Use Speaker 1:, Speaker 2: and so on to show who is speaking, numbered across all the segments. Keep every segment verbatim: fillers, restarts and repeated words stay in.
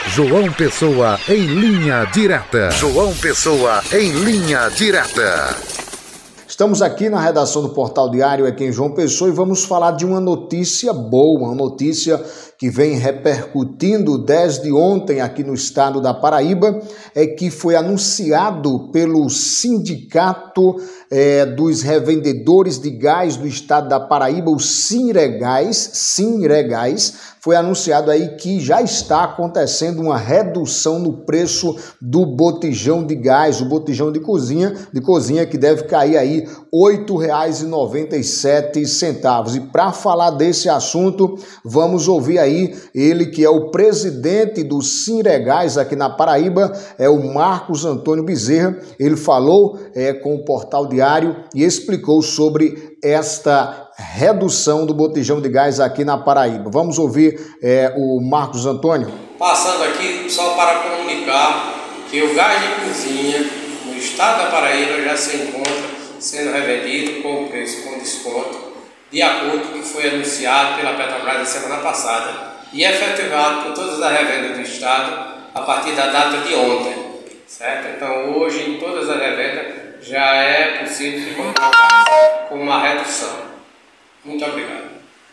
Speaker 1: João Pessoa em linha direta. João Pessoa em linha direta.
Speaker 2: Estamos aqui na redação do Portal Diário, aqui em João Pessoa, e vamos falar de uma notícia boa, uma notícia que vem repercutindo desde ontem aqui no estado da Paraíba, é que foi anunciado pelo Sindicato é, dos Revendedores de Gás do estado da Paraíba, o Sinregás, Sinregás, foi anunciado aí que já está acontecendo uma redução no preço do botijão de gás, o botijão de cozinha, de cozinha que deve cair aí oito reais e noventa e sete centavos. E para falar desse assunto, vamos ouvir aí ele que é o presidente do Sinregás aqui na Paraíba, é o Marcos Antônio Bezerra. Ele falou é, com o Portal Diário e explicou sobre esta redução do botijão de gás aqui na Paraíba. Vamos ouvir é, o Marcos Antônio.
Speaker 3: Passando aqui só para comunicar que o gás de cozinha no estado da Paraíba já se encontra sendo revendido com o preço com desconto, de acordo com o que foi anunciado pela Petrobras na semana passada e efetivado por todas as revendas do estado a partir da data de ontem, certo? Então hoje em todas as revendas já é possível se comprar o gás com uma redução. Muito obrigado.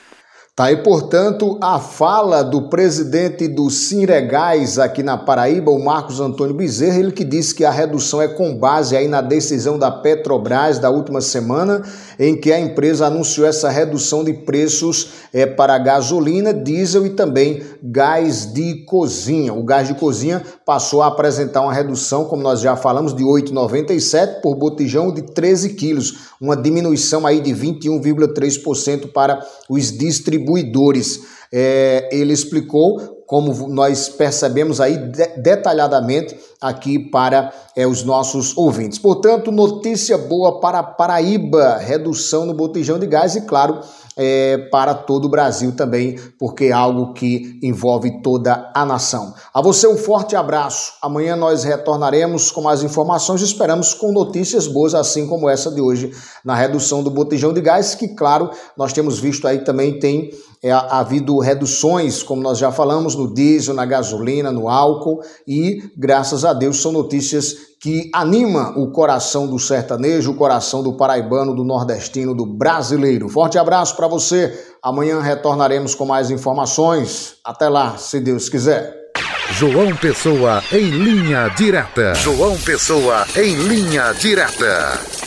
Speaker 2: Tá aí, portanto, a fala do presidente do Sinregás aqui na Paraíba, o Marcos Antônio Bezerra, ele que disse que a redução é com base aí na decisão da Petrobras da última semana, em que a empresa anunciou essa redução de preços é, para gasolina, diesel e também gás de cozinha. O gás de cozinha passou a apresentar uma redução, como nós já falamos, de oito reais e noventa e sete centavos por botijão de treze quilos, uma diminuição aí de vinte e um vírgula três por cento para os distribuidores. Distribuidores. É, ele explicou, como nós percebemos aí de, detalhadamente aqui para é, os nossos ouvintes. Portanto, notícia boa para Paraíba, redução no botijão de gás e, claro, é, para todo o Brasil também, porque é algo que envolve toda a nação. A você um forte abraço. Amanhã nós retornaremos com mais informações, esperamos com notícias boas, assim como essa de hoje, na redução do botijão de gás, que, claro, nós temos visto aí também tem é, havido reduções, como nós já falamos, no diesel, na gasolina, no álcool, e, graças a Deus, são notícias que animam o coração do sertanejo, o coração do paraibano, do nordestino, do brasileiro. Forte abraço para você. Amanhã retornaremos com mais informações. Até lá, se Deus quiser.
Speaker 1: João Pessoa em linha direta. João Pessoa em linha direta.